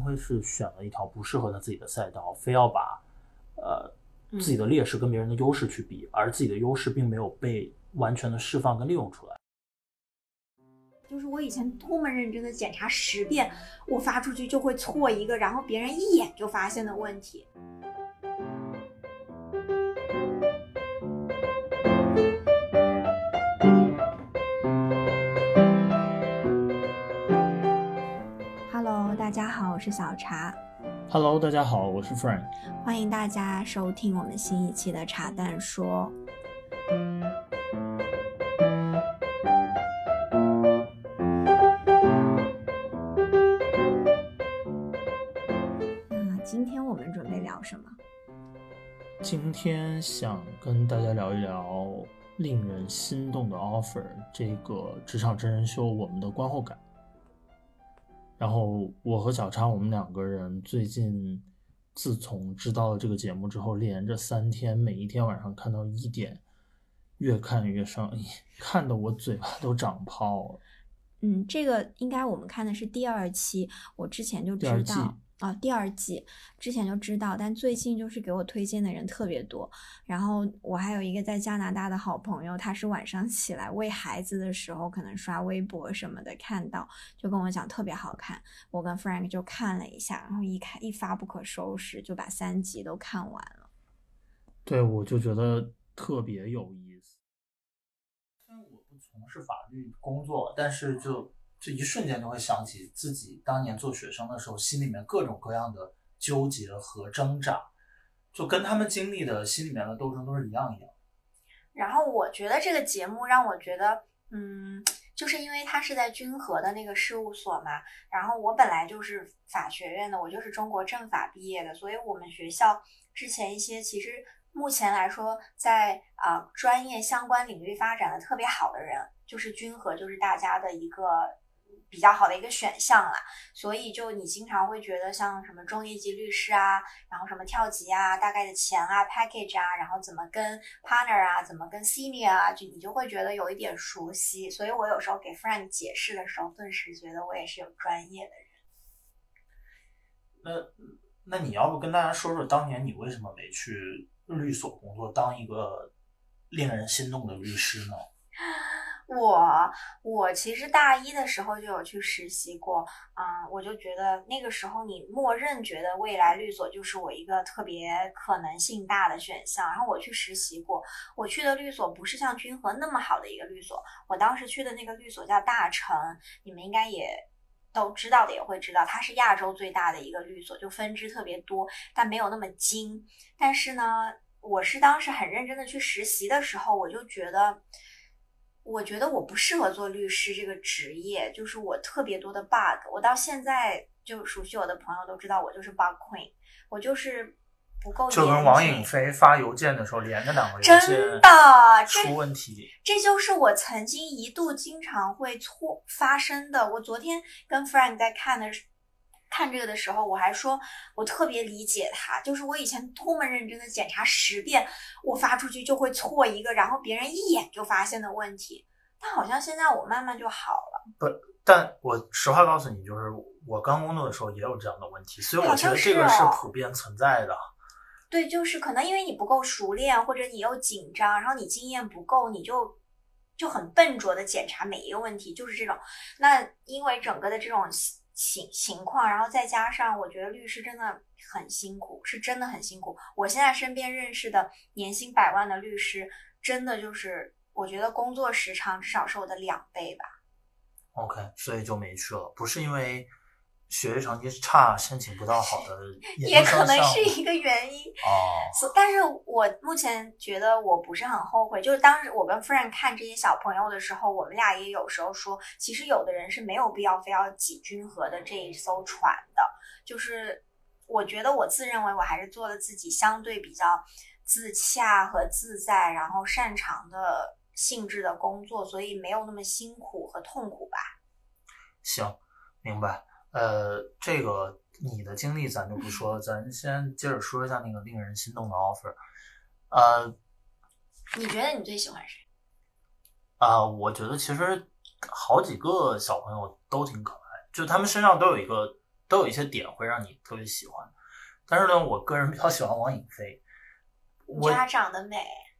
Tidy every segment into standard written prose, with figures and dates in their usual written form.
辉是选了一条不适合他自己的赛道，非要把自己的劣势跟别人的优势去比，而自己的优势并没有被完全的释放跟利用出来。 就是我以前多么认真的检查10遍，我发出去就会错一个，然后别人一眼就发现的问题。Hello， 大家好，我是小茶。 Hello， 大家好，我是 Frank。 欢迎大家收听我们新一期的茶蛋说。今天我们准备聊什么？ 今天想跟大家聊一聊令人心动的 offer 这个职场真人秀我们的观后感。然后我和小昌我们2个人最近自从知道了这个节目之后，连着3天每一天晚上看到1点，越看越上瘾，看得我嘴巴都长泡了。 这个应该我们看的是第2期，我之前就知道第2季之前就知道，但最近就是给我推荐的人特别多。然后我还有一个在加拿大的好朋友，他是晚上起来喂孩子的时候可能刷微博什么的看到，就跟我讲特别好看。我跟 Frank 就看了一下，然后一发不可收拾，就把3集都看完了。 对，我就觉得特别有意思。虽然我不从事法律工作，但是就一瞬间就会想起自己当年做学生的时候，心里面各种各样的纠结和挣扎，就跟他们经历的心里面的斗争都是一样。 然后我觉得这个节目让我觉得就是因为他是在君和的那个事务所嘛，然后我本来就是法学院的，我就是中国政法毕业的，所以我们学校之前一些其实目前来说在专业相关领域发展的特别好的人，就是君和就是大家的一个比较好的一个选项啦。所以就你经常会觉得像什么中业级律师啊，然后什么跳级啊，大概的钱啊 package 啊，然后怎么跟 partner 啊，怎么跟 senior 啊，你就会觉得有一点熟悉。所以我有时候给 Frank 解释的时候，顿时觉得我也是有专业的人。那你要不跟大家说说当年你为什么没去律所工作，当一个令人心动的律师呢？ 我其实大1的时候就有去实习过，我就觉得那个时候你默认觉得未来律所就是我一个特别可能性大的选项。然后我去实习过，我去的律所不是像君和那么好的一个律所，我当时去的那个律所叫大成，你们应该也都知道的，也会知道它是亚洲最大的一个律所，就分支特别多，但没有那么精。但是呢，我是当时很认真的去实习的时候，我觉得我不适合做律师这个职业，就是我特别多的 bug， 我到现在就熟悉我的朋友都知道我就是 bug queen， 我就是不够严谨。就跟王颖飞发邮件的时候连着2个邮件真的出问题，这就是我曾经一度经常会发生的。我昨天跟 Frank 在看这个的时候，我还说我特别理解他，就是我以前多么认真的检查10遍，我发出去就会错一个，然后别人一眼就发现的问题。但好像现在我慢慢就好了。 不，但我实话告诉你，就是我刚工作的时候也有这样的问题，所以我觉得这个是普遍存在的。 对，就是可能因为你不够熟练，或者你又紧张，然后你经验不够，你就很笨拙的检查每一个问题，就是这种。那因为整个的这种情况，然后再加上我觉得律师真的很辛苦，是真的很辛苦。我现在身边认识的年薪100万的律师，真的就是我觉得工作时长至少是我的2倍吧。 OK， 所以就没去了，不是因为学习成绩差申请不到好的研究生项目， 也可能是一个原因但是我目前觉得我不是很后悔，就是当时我跟 Frank 看这些小朋友的时候，我们俩也有时候说，其实有的人是没有必要非要挤君和的这一艘船的。就是我觉得我自认为我还是做了自己相对比较自洽和自在，然后擅长的性质的工作，所以没有那么辛苦和痛苦吧。 行，明白。这个你的经历咱就不说了，咱先接着说一下那个令人心动的 offer。 你觉得你最喜欢谁？ 我觉得其实好几个小朋友都挺可爱，就他们身上都有一个都有一些点会让你特别喜欢。但是呢，我个人比较喜欢王颖飞。 你觉得她长得美？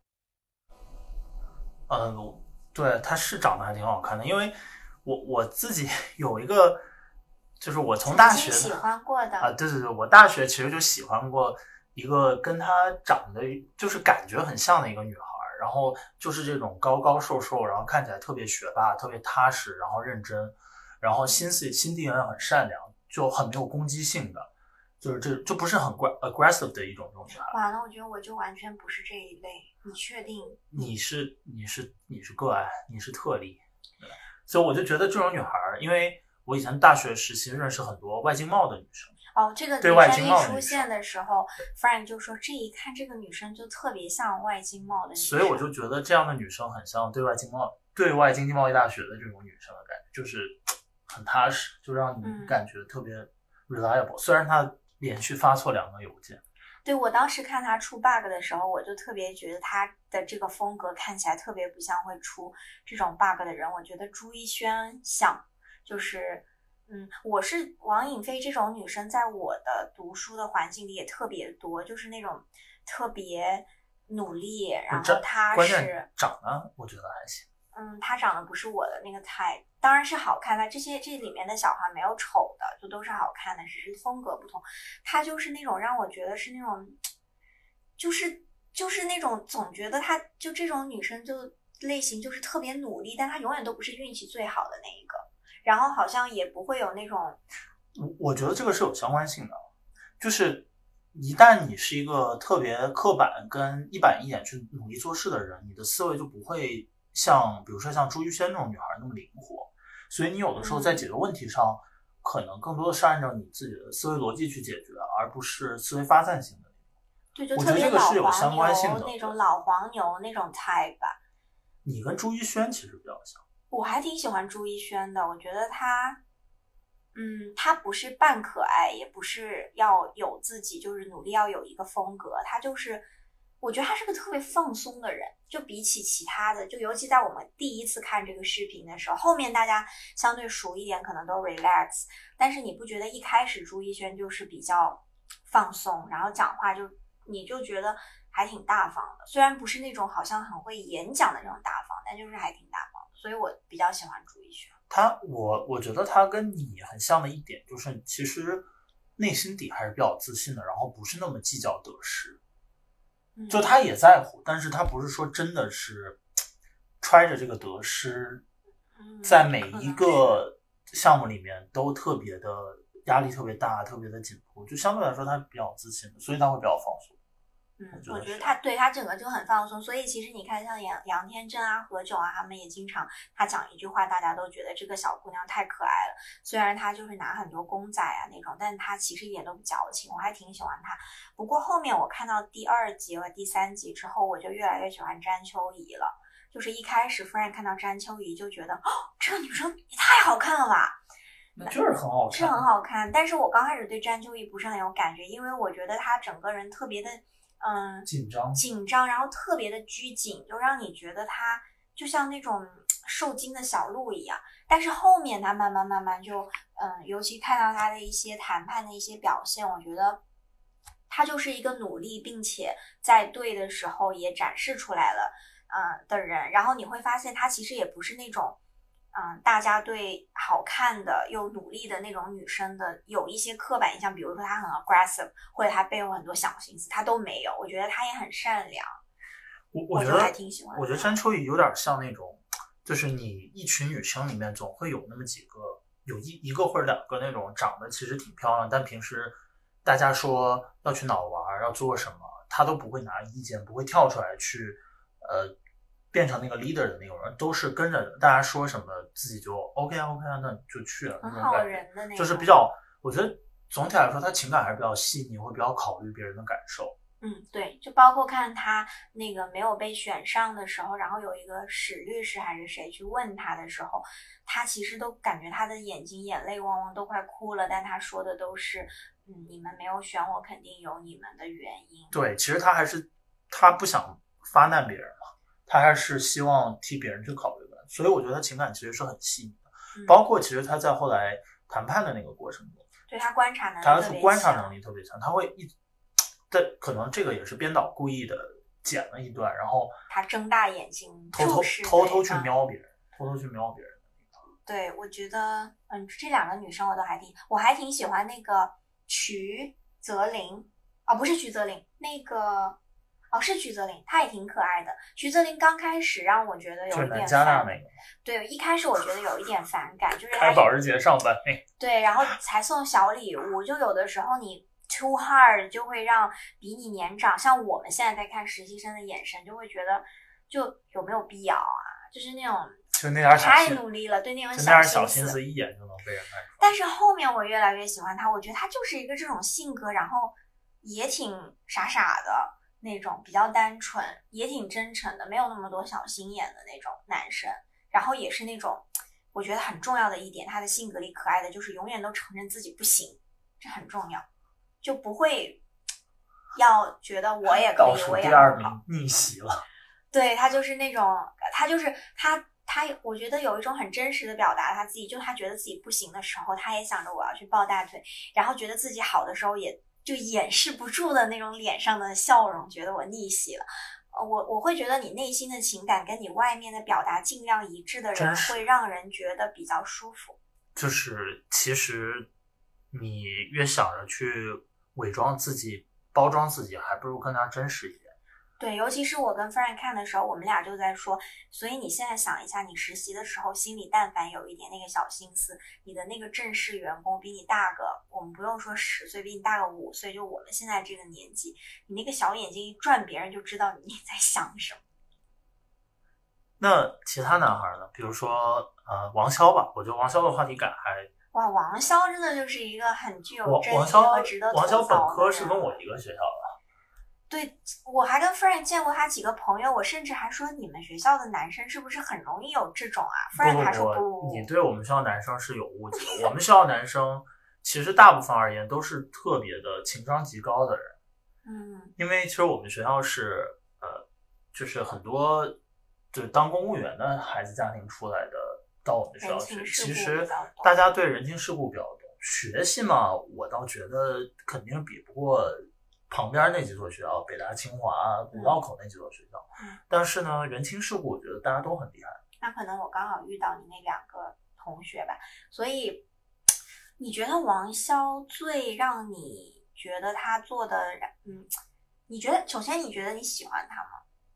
对，她是长得还挺好看的，因为我自己有一个，就是我从大学喜欢过的对对对，我大学其实就喜欢过一个跟她长得就是感觉很像的一个女孩，然后就是这种高高瘦瘦，然后看起来特别学霸，特别踏实，然后认真，然后心地也很善良，就很没有攻击性的，就是这就不是很aggressive 的一种女孩。 哇，那我觉得我就完全不是这一类。你确定？ 你是个案，你是特例。所以我就觉得这种女孩，因为我以前大学实习认识很多外经贸的女生。 这个女生一出现的时候 ，Frank 就说这一看这个女生就特别像外经贸的女生。 所以我就觉得这样的女生很像对外经济贸易大学的这种女生的感觉，就是很踏实，就让你感觉特别 reliable。虽然她连续发错2个邮件。 对，我当时看他出 bug 的时候，我就特别觉得他的这个风格看起来特别不像会出这种 bug 的人。我觉得朱一轩像，就是我是王颖飞这种女生，在我的读书的环境里也特别多，就是那种特别努力，然后踏实， 关键长得我觉得还行。 她长得不是我的那个菜，当然是好看的。这里面的小孩没有丑的，就都是好看的，只是风格不同。她就是那种让我觉得是那种，就是那种总觉得她就这种女生就类型就是特别努力，但她永远都不是运气最好的那一个，然后好像也不会有那种。 我觉得这个是有相关性的，就是一旦你是一个特别刻板跟一板一眼去努力做事的人，你的思维就不会像比如说像朱玉轩那种女孩那么灵活，所以你有的时候在解决问题上，可能更多的是按照你自己的思维逻辑去解决，而不是思维发散型的。 对，就特别老黄牛那种老黄牛那种 type 吧。 你跟朱一轩其实比较像。 我还挺喜欢朱一轩的，我觉得他不是扮可爱，也不是要有自己就是努力要有一个风格，他就是我觉得他是个特别放松的人，就比起其他的，就尤其在我们第一次看这个视频的时候，后面大家相对熟一点可能都 relax， 但是你不觉得一开始朱一轩就是比较放松，然后讲话就你就觉得还挺大方的，虽然不是那种好像很会演讲的那种大方，但就是还挺大方的，所以我比较喜欢朱一轩。 我觉得他跟你很像的一点就是，其实内心底还是比较自信的，然后不是那么计较得失。就他也在乎，但是他不是说真的是揣着这个得失，在每一个项目里面都特别的压力特别大，特别的紧迫，就相对来说他比较自信，所以他会比较放松。 我觉得他整个就很放松，所以其实你看像杨天真啊、何炅啊，他们也经常他讲一句话，大家都觉得这个小姑娘太可爱了。虽然她就是拿很多公仔啊那种，但是她其实一点都不矫情，我还挺喜欢她。不过后面我看到第2集和第3集之后，我就越来越喜欢詹秋怡了。就是一开始Frank看到詹秋怡就觉得，这个女生也太好看了吧。 那就是很好看， 是很好看。但是我刚开始对詹秋怡不是很有感觉，因为我觉得她整个人特别的紧张，然后特别的拘谨，就让你觉得他就像那种受惊的小鹿一样。但是后面他慢慢就尤其看到他的一些谈判的一些表现，我觉得他就是一个努力并且在对的时候也展示出来了的人。然后你会发现他其实也不是那种大家对好看的又努力的那种女生的有一些刻板印象，比如说她很 aggressive， 或者她背后很多小心思，她都没有。我觉得她也很善良， 我觉得还挺喜欢。 我觉得詹秋怡有点像那种，就是你一群女生里面总会有那么几个，有一个或者2个那种长得其实挺漂亮，但平时大家说要去哪玩要做什么，她都不会拿意见，不会跳出来去变成那个 leader 的那种人，都是跟着大家说什么自己就 OK 那就去了， 很好人的那种， 就是比较，我觉得总体来说他情感还是比较细腻，会比较考虑别人的感受。 对，就包括看他那个没有被选上的时候，然后有一个史律师还是谁去问他的时候，他其实都感觉他的眼睛眼泪汪汪都快哭了，但他说的都是你们没有选我肯定有你们的原因。 对，其实他不想发难别人嘛，他还是希望替别人去考虑的，所以我觉得他情感其实是很细腻的。包括其实他在后来谈判的那个过程中， 对他观察能力他特别观察强能力特别强，他会但可能这个也是编导故意的剪了一段，然后他睁大眼睛偷注视偷去对方瞄别人，偷偷去瞄别人。 对，我觉得，这两个女生我还挺喜欢那个曲泽林，哦，不是曲泽林，那个，哦，是曲泽林，她也挺可爱的。曲泽林刚开始让我觉得有一点加纳烦， 那个， 对，一开始我觉得有一点反感，就是开保时捷上班那， 对，然后才送小礼物，就有的时候你 too hard 就会让比你年长，像我们现在在看实习生的眼神，就会觉得就有没有必要啊？就是那种。 就那点太努力了，对那种小心思一眼就能被人看出。 但是后面我越来越喜欢他，我觉得他就是一个这种性格，然后也挺傻傻的那种，比较单纯，也挺真诚的，没有那么多小心眼的那种男生。然后也是那种我觉得很重要的一点，他的性格里可爱的就是永远都承认自己不行，这很重要，就不会要觉得我也可以，我也第二名逆袭了。 对，他就是那种，他就是他，我觉得有一种很真实的表达他自己，就他觉得自己不行的时候，他也想着我要去抱大腿，然后觉得自己好的时候，也就掩饰不住的那种脸上的笑容，觉得我逆袭了。我会觉得你内心的情感跟你外面的表达尽量一致的人，会让人觉得比较舒服。 就是其实你越想着去伪装自己、包装自己，还不如更加真实一点。 对，尤其是我跟 Frank 看的时候，我们俩就在说，所以你现在想一下，你实习的时候心里但凡有一点那个小心思，你的那个正式员工比你大个，我们不用说10岁，比你大个5岁，就我们现在这个年纪，你那个小眼睛一转，别人就知道你在想什么。 那其他男孩呢？比如说王骁吧，我觉得王骁的话题感还…… 哇，王骁真的就是一个很具有争议和值得吐槽的人。 王骁本科是跟我一个学校的。 对，我还跟 Frank 见过他几个朋友，我甚至还说你们学校的男生是不是很容易有这种啊 ？Frank 还说不， 你对我们学校男生是有误解的。我们学校男生其实大部分而言都是特别的情商极高的人。因为其实我们学校是就是很多就是当公务员的孩子家庭出来的到我们学校去，其实大家对人情世故比较懂。学习嘛，我倒觉得肯定比不过旁边那几所学校，北大、清华、五道口那几所学校。但是呢，人情世故我觉得大家都很厉害。 那可能我刚好遇到你那2个同学吧，所以你觉得王骁最让你觉得他做的，你觉得首先你觉得你喜欢他吗？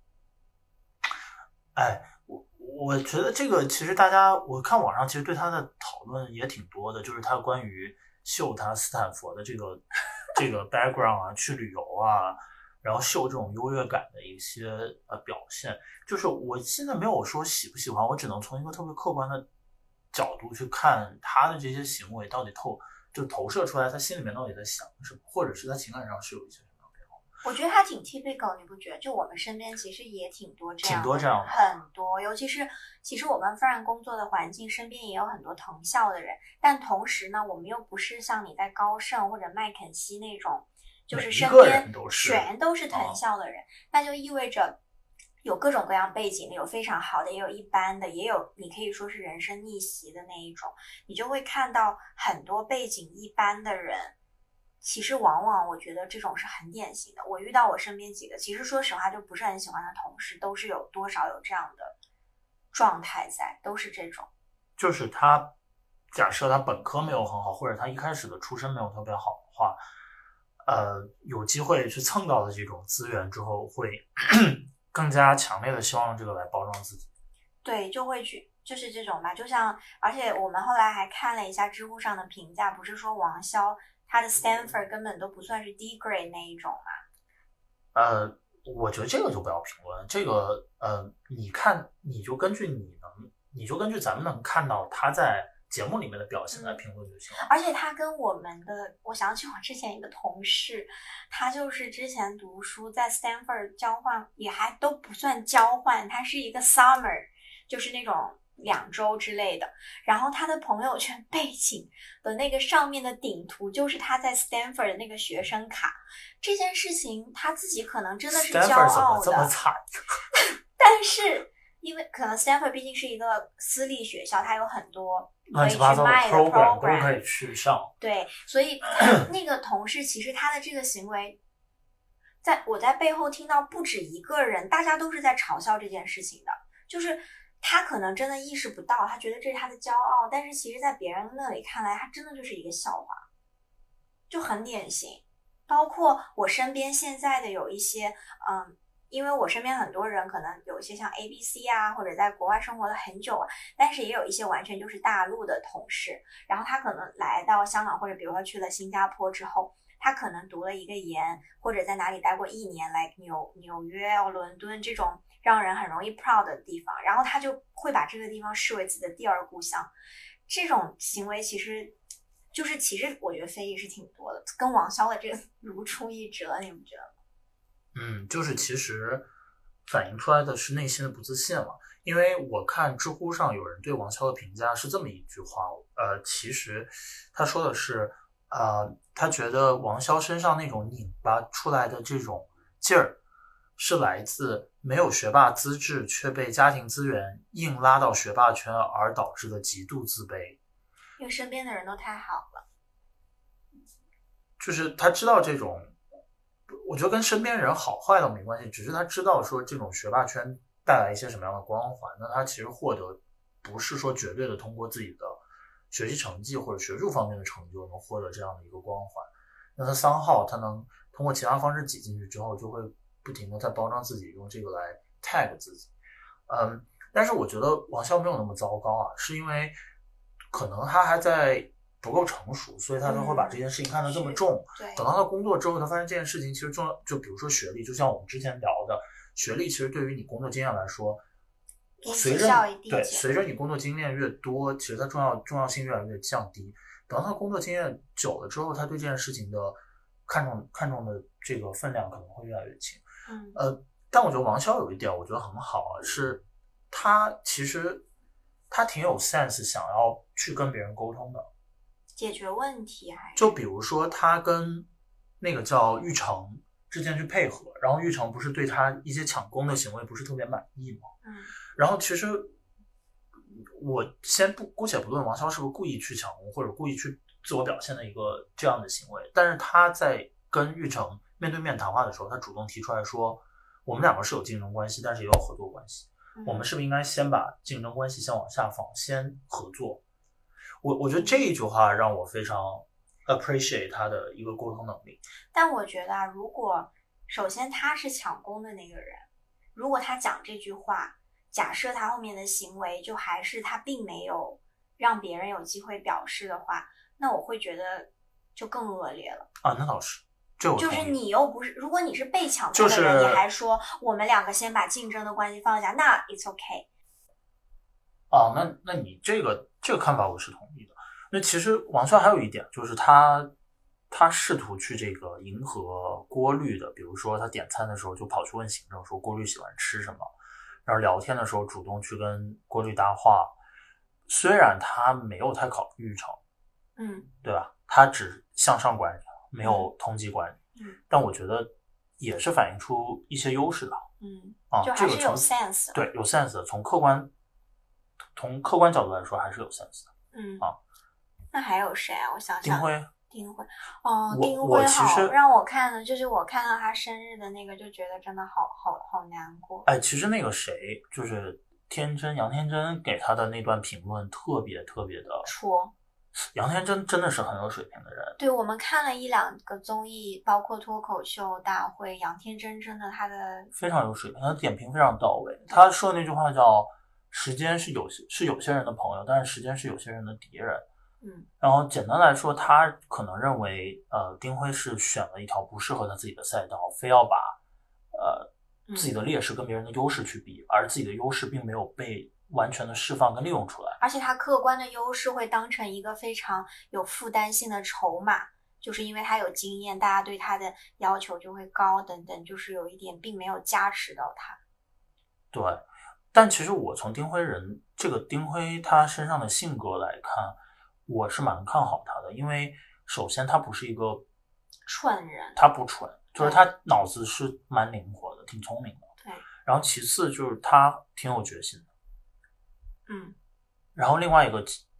我觉得这个其实大家，我看网上其实对他的讨论也挺多的，就是他关于秀他斯坦福的这个background 啊，去旅游啊，然后秀这种优越感的一些表现。就是我现在没有说喜不喜欢，我只能从一个特别客观的角度去看他的这些行为到底投射出来他心里面到底在想什么，或者是他情感上是有一些。 我觉得他挺 typical， 你不觉得？就我们身边其实也挺多这样的，很多。尤其是其实我跟 Frank 工作的环境，身边也有很多藤校的人，但同时呢，我们又不是像你在高盛或者麦肯锡那种，就是身边全都是藤校的人，那就意味着有各种各样背景的，有非常好的，也有一般的，也有你可以说是人生逆袭的那一种，你就会看到很多背景一般的人。其实往往我觉得这种是很典型的，我遇到我身边几个其实说实话就不是很喜欢的同事，都是有多少有这样的状态在，都是这种。 就是他假设他本科没有很好，或者他一开始的出身没有特别好的话，有机会去蹭到的这种资源之后，会更加强烈的希望用这个来包装自己。 对，就会去就是这种吧，就像而且我们后来还看了一下知乎上的评价，不是说王骁他的 Stanford 根本都不算是 D grade 那一种嘛？ 我觉得这个就不要评论。这个你看，你就根据咱们能看到他在节目里面的表现来评论就行了。 而且他跟我们的，我想起我之前一个同事，他就是之前读书在 Stanford 交换，也还都不算交换，他是一个 summer， 就是那种2周之类的，然后他的朋友圈背景的那个上面的顶图就是他在 Stanford 的那个学生卡。这件事情他自己可能真的是骄傲的， 这么惨但是因为可能 Stanford 毕竟是一个私立学校，它有很多乱七八糟的 program 都可以去上。 对，所以那个同事其实他的这个行为，我在背后听到不止一个人，大家都是在嘲笑这件事情的，就是他可能真的意识不到，他觉得这是他的骄傲，但是其实在别人那里看来，他真的就是一个笑话，就很典型。包括我身边现在的有一些因为我身边很多人可能有一些像 ABC 啊，或者在国外生活了很久啊，但是也有一些完全就是大陆的同事，然后他可能来到香港，或者比如说去了新加坡之后，他可能读了一个研，或者在哪里待过1年，来纽约、伦敦这种让人很容易 proud 的地方，然后他就会把这个地方视为自己的第二故乡。这种行为其实我觉得非议是挺多的，跟王骁的这个如出一辙，你不觉得吗？ 就是其实反映出来的是内心的不自信了。因为我看知乎上有人对王骁的评价是这么一句话，其实他说的是他觉得王骁身上那种拧巴出来的这种劲儿，是来自没有学霸资质却被家庭资源硬拉到学霸圈而导致的极度自卑。 因为身边的人都太好了， 就是他知道这种，我觉得跟身边人好坏倒没关系，只是他知道说这种学霸圈带来一些什么样的光环，那他其实获得不是说绝对的通过自己的学习成绩或者学术方面的成就能获得这样的一个光环，那他3号他能通过其他方式挤进去之后，就会不停的在包装自己，用这个来 tag 自己。但是我觉得王骁没有那么糟糕啊，是因为可能他还在不够成熟，所以他才会把这件事情看得这么重。等到他工作之后，他发现这件事情其实重要，就比如说学历，就像我们之前聊的，学历其实对于你工作经验来说，随着你工作经验越多，其实它重要性越来越降低。等到他工作经验久了之后，他对这件事情的看重的这个分量可能会越来越轻。但我觉得王骁有一点我觉得很好啊，是他其实他挺有 sense 想要去跟别人沟通的， 解决问题。 就比如说他跟那个叫玉成之间去配合，然后玉成不是对他一些抢功的行为不是特别满意吗？然后其实我先姑且不论王骁是不是故意去抢功或者故意去自我表现的一个这样的行为，但是他在跟玉成面对面谈话的时候，他主动提出来说，我们两个是有竞争关系，但是也有合作关系，我们是不是应该先把竞争关系先往下放，先合作？我觉得这一句话让我非常 appreciate 他的一个沟通能力。 但我觉得如果首先他是抢功的那个人，如果他讲这句话，假设他后面的行为就还是他并没有让别人有机会表示的话，那我会觉得就更恶劣了啊。那倒是，这我同意。 就是你又不是，如果你是被抢功的人，你还说我们两个先把竞争的关系放下，那 it's okay。 那你这个看法我是同意的。那其实王骁还有一点，就是他试图去这个迎合郭律的，比如说他点餐的时候就跑去问行政说郭律喜欢吃什么，然后聊天的时候主动去跟郭律搭话。虽然他没有太考虑玉成，对吧？他只向上管理，没有通缉管理，但我觉得也是反映出一些优势的。 就还是有 sense 的。 对，有 sense 的，从客观角度来说还是有 sense 的。 那还有谁啊？我想想。丁辉好让我看的，就是我看到他生日的那个，就觉得真的好难过。 其实那个谁，就是杨天真给他的那段评论特别特别的戳。 杨天真真的是很有水平的人。 对，我们看了1-2个综艺，包括脱口秀大会，杨天真真的他的非常有水平，他的点评非常到位。他说的那句话叫时间是有些人的朋友，但是时间是有些人的敌人。然后简单来说，他可能认为丁辉是选了一条不适合他自己的赛道，非要把自己的劣势跟别人的优势去比，而自己的优势并没有被完全的释放跟利用出来。 而且他客观的优势会当成一个非常有负担性的筹码，就是因为他有经验，大家对他的要求就会高等等，就是有一点并没有加持到他。 对，但其实我从丁辉他身上的性格来看，我是蛮看好他的。因为首先他不是一个蠢人， 他不蠢，就是他脑子是蛮灵活的，挺聪明的。 对。 然后其次就是他挺有决心的。 嗯。 然后另外一个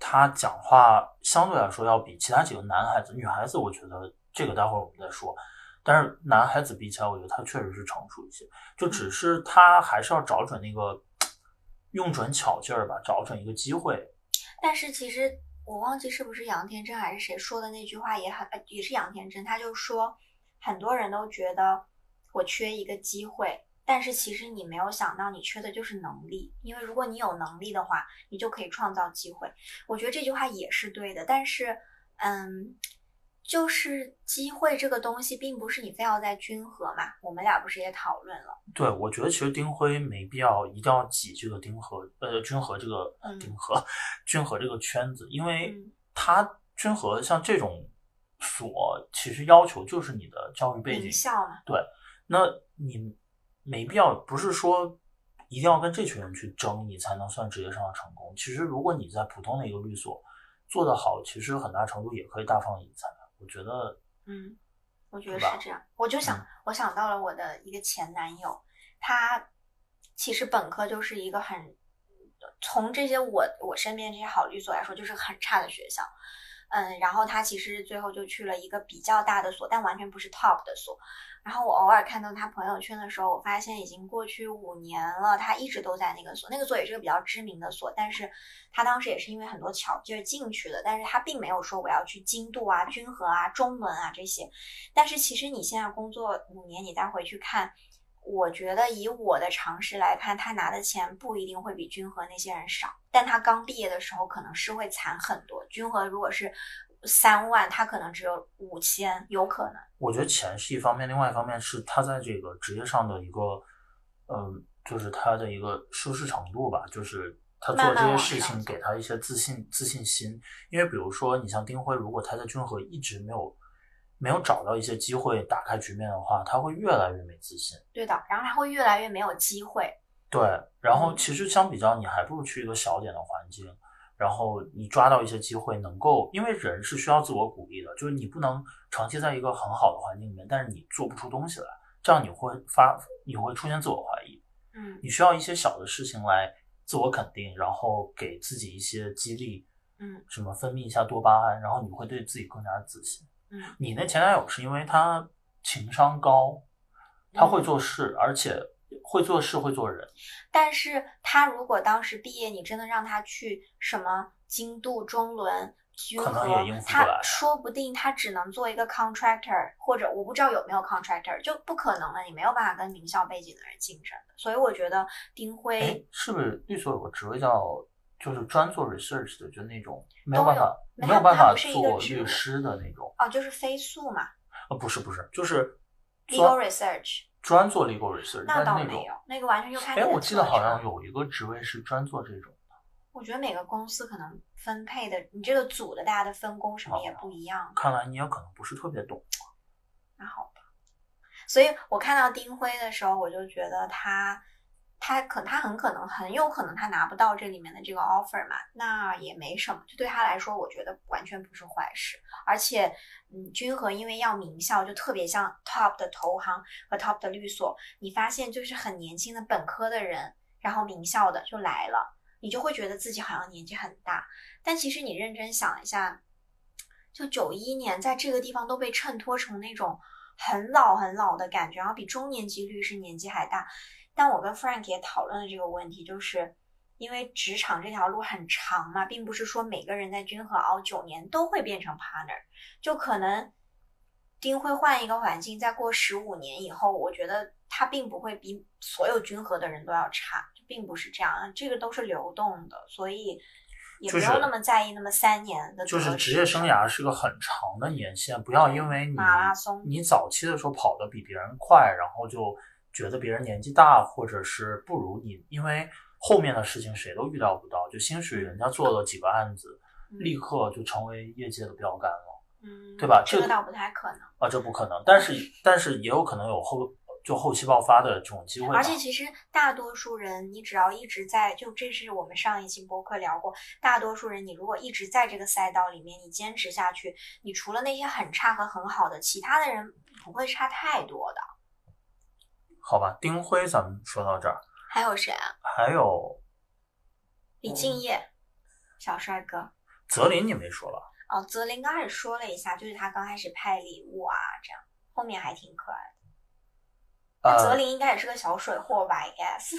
他讲话相对来说要比其他几个男孩子，女孩子我觉得这个待会儿我们再说，但是男孩子比起来，我觉得他确实是成熟一些，就只是他还是要找准那个用准巧劲儿吧，找准一个机会。 但是其实我忘记是不是杨天真还是谁说的那句话也是杨天真，他就说很多人都觉得我缺一个机会，但是其实你没有想到你缺的就是能力，因为如果你有能力的话，你就可以创造机会。我觉得这句话也是对的，但是就是机会这个东西并不是你非要在均衡嘛，我们俩不是也讨论了。 对，我觉得其实丁辉没必要一定要挤这个均衡这个均衡这个圈子，因为他均衡像这种所其实要求就是你的教育背景， 名校嘛。 对，那你没必要不是说一定要跟这群人去争，你才能算职业上的成功。其实如果你在普通的一个律所做得好，其实很大程度也可以大放异彩。我觉得， 我觉得是这样。我想到了我的一个前男友，他其实本科就是一个从这些我身边这些好律所来说，就是很差的学校。然后他其实最后就去了一个比较大的所，但完全不是 top 的所。然后我偶尔看到他朋友圈的时候，我发现已经过去5年了，他一直都在那个所。那个所也是个比较知名的所，但是他当时也是因为很多巧劲进去的，但是他并没有说我要去精度啊、均衡啊、中文啊这些。但是其实你现在工作5年，你再回去看，我觉得以我的常识来看，他拿的钱不一定会比均衡那些人少，但他刚毕业的时候可能是会惨很多。均衡如果是3万，他可能只有5000，有可能。 我觉得钱是一方面，另外一方面是他在这个职业上的一个，就是他的一个舒适程度吧，就是他做这些事情给他一些自信心。因为比如说你像丁辉，如果他在均衡一直没有找到一些机会打开局面的话，他会越来越没自信。 对的，然后他会越来越没有机会。 对，然后其实相比较，你还不如去一个小点的环境，然后你抓到一些机会，能够，因为人是需要自我鼓励的，就是你不能长期在一个很好的环境里面，但是你做不出东西来，这样你会出现自我怀疑。你需要一些小的事情来自我肯定，然后给自己一些激励，什么分泌一下多巴胺，然后你会对自己更加自信。你那前男友是因为他情商高，他会做事，而且会做事会做人。 但是他如果当时毕业，你真的让他去什么精度、中伦、均衡， 可能也应付不来， 他说不定他只能做一个 contractor， 或者我不知道有没有 contractor， 就不可能了，你没有办法跟名校背景的人竞争的。所以我觉得丁辉是不是律所有个职位叫就是专做 research 的，就那种没有办法做律师的那种。 就是非诉嘛。 不是，就是 legal research， 专做 legal research。 那倒没有，那个完全就看你的我记得好像有一个职位是专做这种的。 我觉得每个公司可能分配的，你这个组的大家的分工什么也不一样。 看来你也可能不是特别懂。 那好吧。所以我看到丁辉的时候，我就觉得他很有可能他拿不到这里面的这个 offer 嘛，那也没什么，就对他来说，我觉得完全不是坏事。而且，均衡因为要名校，就特别像 top 的投行和 top 的律所，你发现就是很年轻的本科的人，然后名校的就来了，你就会觉得自己好像年纪很大，但其实你认真想一下，就91年在这个地方都被衬托成那种很老很老的感觉，然后比中年级律师年纪还大。但我跟 Frank 也讨论了这个问题，就是因为职场这条路很长嘛，并不是说每个人在均衡熬9年都会变成 partner， 就可能丁辉换一个环境，再过15年以后，我觉得他并不会比所有均衡的人都要差，并不是这样，这个都是流动的，所以也不要那么在意那么3年的。 就是职业生涯是个很长的年限，不要因为马拉松你早期的时候跑得比别人快，然后就觉得别人年纪大或者是不如你，因为后面的事情谁都预料不到，就兴许人家做了几个案子，立刻就成为业界的标杆了，对吧？ 这个倒不太可能啊，这不可能，但是也有可能有后期爆发的这种机会。 而且其实大多数人，你只要一直在，就这是我们上一期播客聊过，大多数人你如果一直在这个赛道里面，你坚持下去，你除了那些很差和很好的，其他的人不会差太多的。 好吧，丁辉咱们说到这儿， 还有谁啊？ 还有李敬业，小帅哥。 泽林你没说了。 哦，泽林刚开始说了一下，就是他刚开始派礼物啊，这样后面还挺可爱的。那泽林应该也是个小水货吧 I guess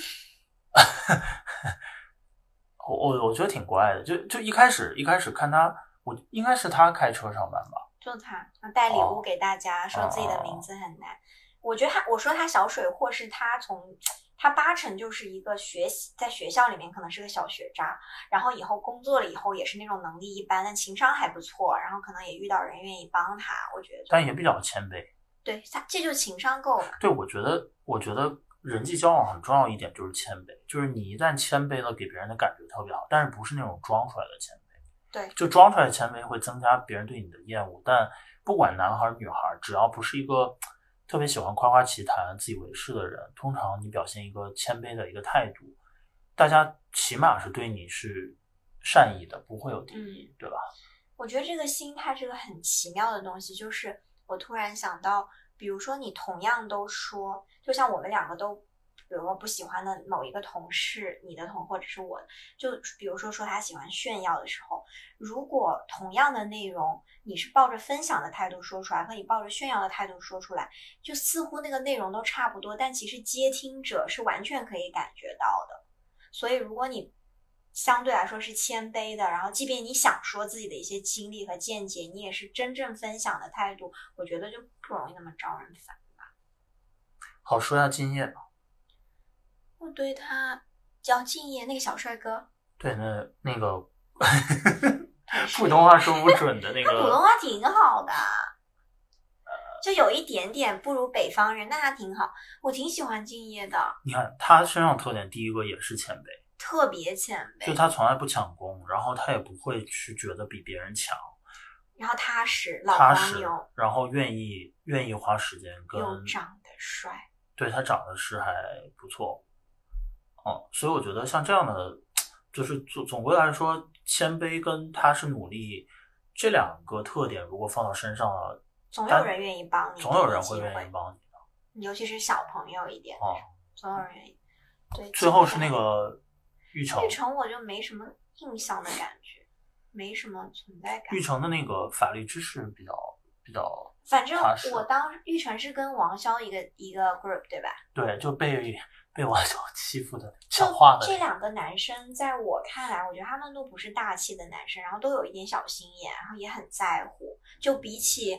我觉得挺怪的，就一开始看他，我应该是他开车上班吧， 就他带礼物给大家，说自己的名字很难。我觉得我说他小水货是他八成就是一个在学校里面可能是个小学渣，然后以后工作了以后也是那种能力一般，但情商还不错，然后可能也遇到人愿意帮他，我觉得。 但也比较谦卑。 对，这就是情商够嘛。 对，我觉得人际交往很重要一点就是谦卑，就是你一旦谦卑了，给别人的感觉特别好，但是不是那种装出来的谦卑。 对， 就装出来的谦卑会增加别人对你的厌恶，但不管男孩女孩，只要不是一个特别喜欢夸夸其谈、自以为是的人，通常你表现一个谦卑的一个态度，大家起码是对你是善意的，不会有敌意，对吧？ 我觉得这个心态是个很奇妙的东西，就是我突然想到，比如说你同样都说，就像我们两个都，比如说不喜欢的某一个同事，你的或者是我，就比如说他喜欢炫耀的时候，如果同样的内容你是抱着分享的态度说出来，和你抱着炫耀的态度说出来，就似乎那个内容都差不多，但其实接听者是完全可以感觉到的。所以如果你相对来说是谦卑的，然后即便你想说自己的一些经历和见解，你也是真正分享的态度，我觉得就不容易那么招人烦吧。 好，说一下敬业吧。 我对他叫敬业，那个小帅哥。 对，那个普通话说不准的那个。 他普通话挺好的，就有一点点不如北方人，但他挺好，我挺喜欢敬业的。 你看他身上特点，第一个也是谦卑， 特别谦卑， 就他从来不抢功，然后他也不会去觉得比别人强， 然后踏实，老黄牛， 然后愿意花时间跟， 又长得帅， 对，他长得是还不错，所以我觉得像这样的，就是总归来说，谦卑跟他是努力这两个特点，如果放到身上了， 总有人愿意帮你， 总有人会愿意帮你的， 尤其是小朋友一点，总有人愿意。对， 最后是那个玉成， 我就没什么印象的感觉，没什么存在感。 玉成的那个法律知识比较， 反正我当玉成是跟王潇一个 group 对吧？ 对，就被王潇欺负的强化的。 这两个男生在我看来，我觉得他们都不是大气的男生，然后都有一点小心眼，然后也很在乎。就比起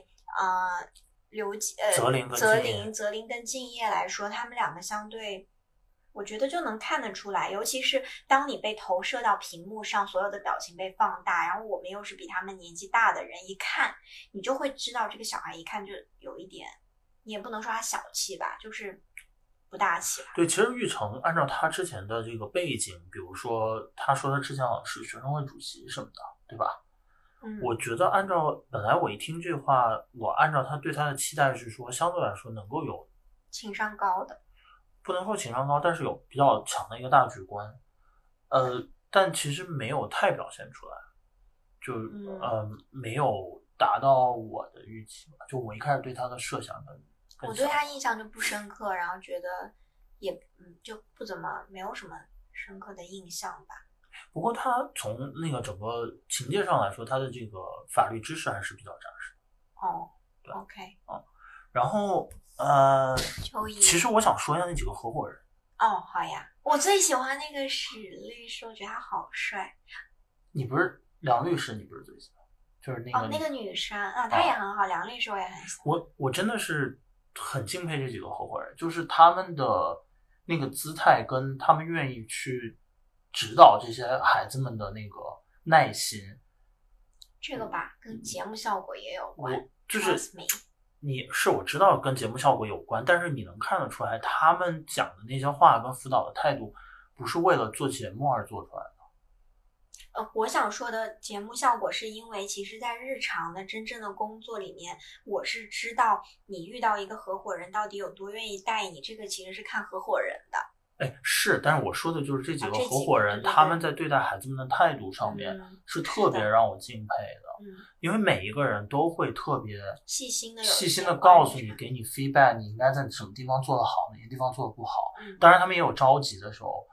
泽林跟敬业来说，他们两个相对，我觉得就能看得出来，尤其是当你被投射到屏幕上，所有的表情被放大，然后我们又是比他们年纪大的人，一看你就会知道这个小孩一看就有一点，你也不能说他小气吧，就是不大气吧。 对，其实玉成按照他之前的这个背景，比如说他说他之前好像是学生会主席什么的，对吧？我觉得本来我一听这话，我按照他对他的期待是说，相对来说能够有情商高的， 不能说情商高，但是有比较强的一个大局观，但其实没有太表现出来，就没有达到我的预期吧。就我一开始对他的设想我对他印象就不深刻，然后觉得也就不怎么没有什么深刻的印象吧。 不过他从那个整个情节上来说，他的这个法律知识还是比较扎实。对 ，OK， 然后其实我想说一下那几个合伙人。 好呀，我最喜欢那个史律师，我觉得他好帅。 你不是梁律师，你不是最喜欢，就是那个女生她也很好，梁律师我也很喜欢。 我真的是很敬佩这几个合伙人，就是他们的那个姿态跟他们愿意去指导这些孩子们的那个耐心， 这个吧跟节目效果也有关。 就是我知道跟节目效果有关，但是你能看得出来，他们讲的那些话跟辅导的态度，不是为了做节目而做出来的。 我想说的节目效果是因为其实在日常的真正的工作里面，我是知道你遇到一个合伙人到底有多愿意带你，这个其实是看合伙人的。 是，但是我说的就是这几个合伙人，他们在对待孩子们的态度上面是特别让我敬佩的。因为每一个人都会特别细心的告诉你，给你 feedback， 你应该在什么地方做得好，哪些地方做得不好。当然他们也有着急的时候，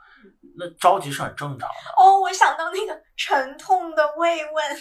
那着急是很正常的。 哦，我想到那个沉痛的慰问，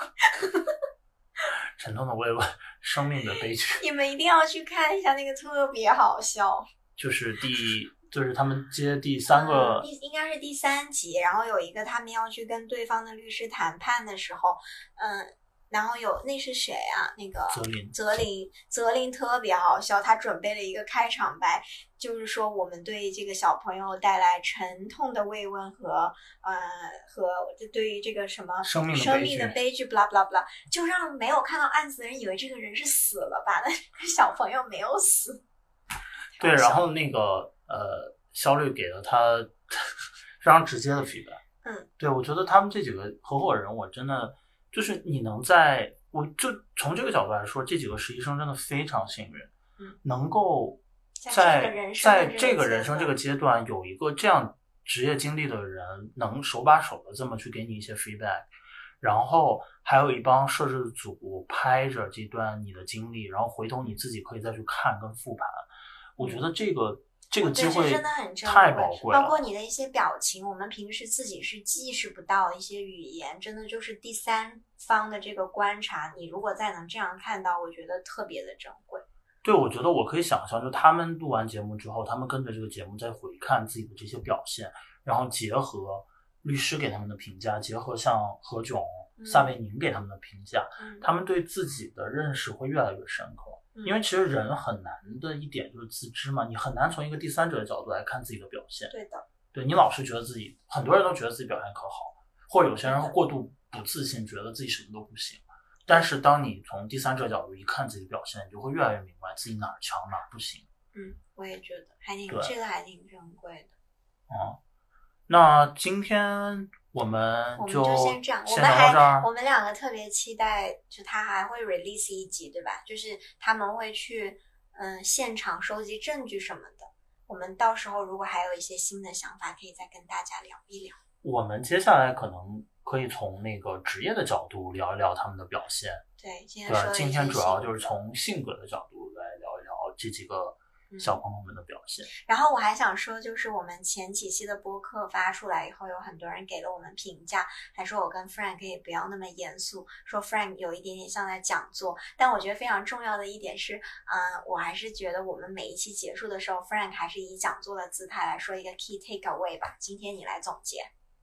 沉痛的慰问，生命的悲剧。 你们一定要去看一下，那个特别好笑。 就是他们接第3个， 应该是第3集，然后有一个他们要去跟对方的律师谈判的时候，然后那是谁啊？那个泽林特别好笑，他准备了一个开场白，就是说我们对这个小朋友带来沉痛的慰问和对于这个什么生命的悲剧 ，blah blah blah， 就让没有看到案子的人以为这个人是死了吧？那小朋友没有死。 对，然后那个肖律给了他非常直接的 feedback。对，我觉得他们这几个合伙人，我真的就是我就从这个角度来说，这几个实习生真的非常幸运，能够在这个人生这个阶段有一个这样职业经历的人，能手把手的这么去给你一些 feedback， 然后还有一帮摄制组拍着这段你的经历，然后回头你自己可以再去看跟复盘。我觉得这个机会真的很太宝贵了， 包括你的一些表情，我们平时自己是意识不到一些语言，真的就是第三方的这个观察，你如果再能这样看到，我觉得特别的珍贵。 对，我觉得我可以想象，就他们录完节目之后，他们跟着这个节目再回看自己的这些表现，然后结合律师给他们的评价，结合像何炅、撒贝宁给他们的评价，他们对自己的认识会越来越深刻。因为其实人很难的一点就是自知嘛，你很难从一个第三者的角度来看自己的表现。 对的， 对，你老是觉得自己，很多人都觉得自己表现可好，或者有些人会过度不自信，觉得自己什么都不行。但是当你从第三者角度一看自己的表现，你就会越来越明白自己哪儿强哪儿不行。 我也觉得这个还挺珍贵的。 那今天我们就先这样， 聊到这儿。 我们两个特别期待，就他还会 release 一集，对吧？就是他们会去现场收集证据什么的。我们到时候如果还有一些新的想法，可以再跟大家聊一聊。 我们接下来可能可以从那个职业的角度聊一聊他们的表现。 对，今天主要就是从性格的角度来聊一聊这几个小朋友们的表现。 然后我还想说，就是我们前几期的播客发出来以后，有很多人给了我们评价，还说我跟 Frank 可以不要那么严肃，说 Frank 有一点点像在讲座。但我觉得非常重要的一点是，我还是觉得我们每一期结束的时候 ，Frank 还是以讲座的姿态来说一个 key takeaway 吧。今天你来总结。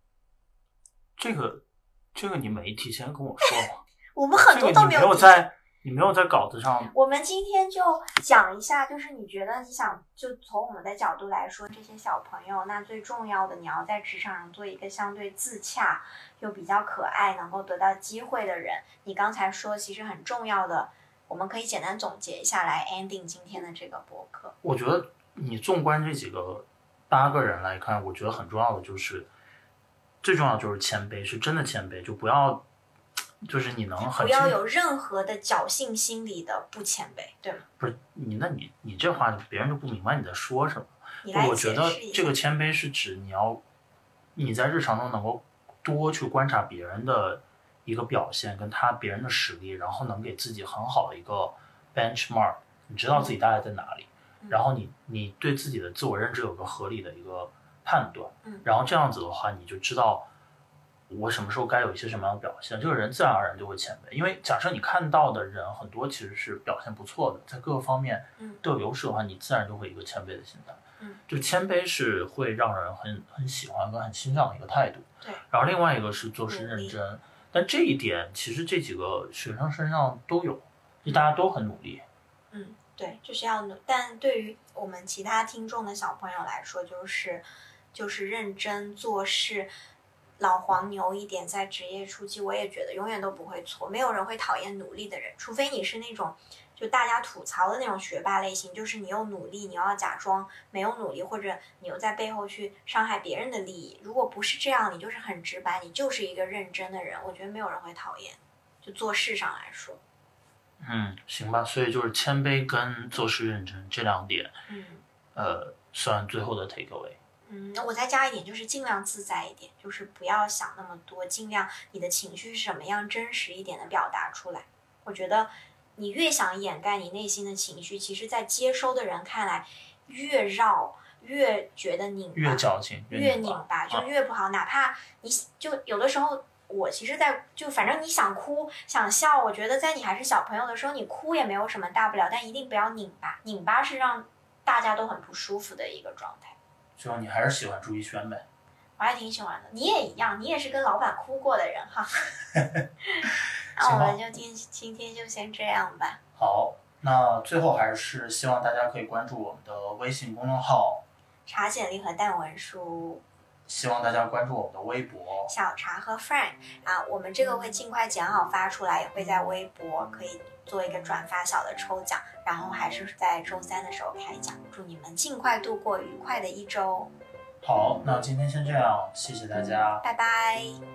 这个你没提前跟我说吗？ 我们很多都没有你没有在稿子上。 我们今天就讲一下，就是你觉得你想就从我们的角度来说，这些小朋友，那最重要的，你要在职场上做一个相对自洽又比较可爱，能够得到机会的人。你刚才说其实很重要的，我们可以简单总结一下来 ending 今天的这个播客。 我觉得你纵观这几个8个人来看，我觉得很重要的就是最重要就是谦卑，是真的谦卑，就不要。就是你能很不要有任何的侥幸心理的不谦卑，对吗？ 不是你，那你这话别人就不明白你在说什么。我觉得这个谦卑是指你在日常中能够多去观察别人的一个表现跟别人的实力，然后能给自己很好的一个 benchmark， 你知道自己大概在哪里，然后你对自己的自我认知有个合理的一个判断，然后这样子的话你就知道我什么时候该有一些什么样的表现，这个人自然而然就会谦卑。因为假设你看到的人很多其实是表现不错的，在各个方面都有优势的话，你自然就会有一个谦卑的心态。就谦卑是会让人很喜欢跟很欣赏的一个态度。 对。 然后另外一个是做事认真，但这一点其实这几个学生身上都有，就大家都很努力。 对，就是要努。但对于我们其他听众的小朋友来说，就是认真做事。老黄牛一点，在职业初期，我也觉得永远都不会错。没有人会讨厌努力的人，除非你是那种就大家吐槽的那种学霸类型，就是你又努力，你要假装没有努力，或者你又在背后去伤害别人的利益。如果不是这样，你就是很直白，你就是一个认真的人，我觉得没有人会讨厌。就做事上来说， 行吧。所以就是谦卑跟做事认真这2点，算最后的 take away。 我再加一点，就是尽量自在一点，就是不要想那么多，尽量你的情绪是什么样真实一点的表达出来。我觉得你越想掩盖你内心的情绪，其实在接收的人看来， 越绕越觉得拧巴， 越矫情越拧巴，就越不好。哪怕你就有的时候，我其实就反正你想哭想笑，我觉得在你还是小朋友的时候，你哭也没有什么大不了，但一定不要拧巴，拧巴是让大家都很不舒服的一个状态。 最后你还是喜欢朱一轩呗？ 我还挺喜欢的，你也一样，你也是跟老板哭过的人哈。那我们就今天就先这样吧。 好，那最后还是希望大家可以关注我们的微信公众号茶简历和淡文书， 希望大家关注我们的微博小茶和 Frank 啊，我们这个会尽快剪好发出来，也会在微博可以做一个转发小的抽奖，然后还是在周3的时候开奖，祝你们尽快度过愉快的一周。 好，那今天先这样，谢谢大家， 拜拜。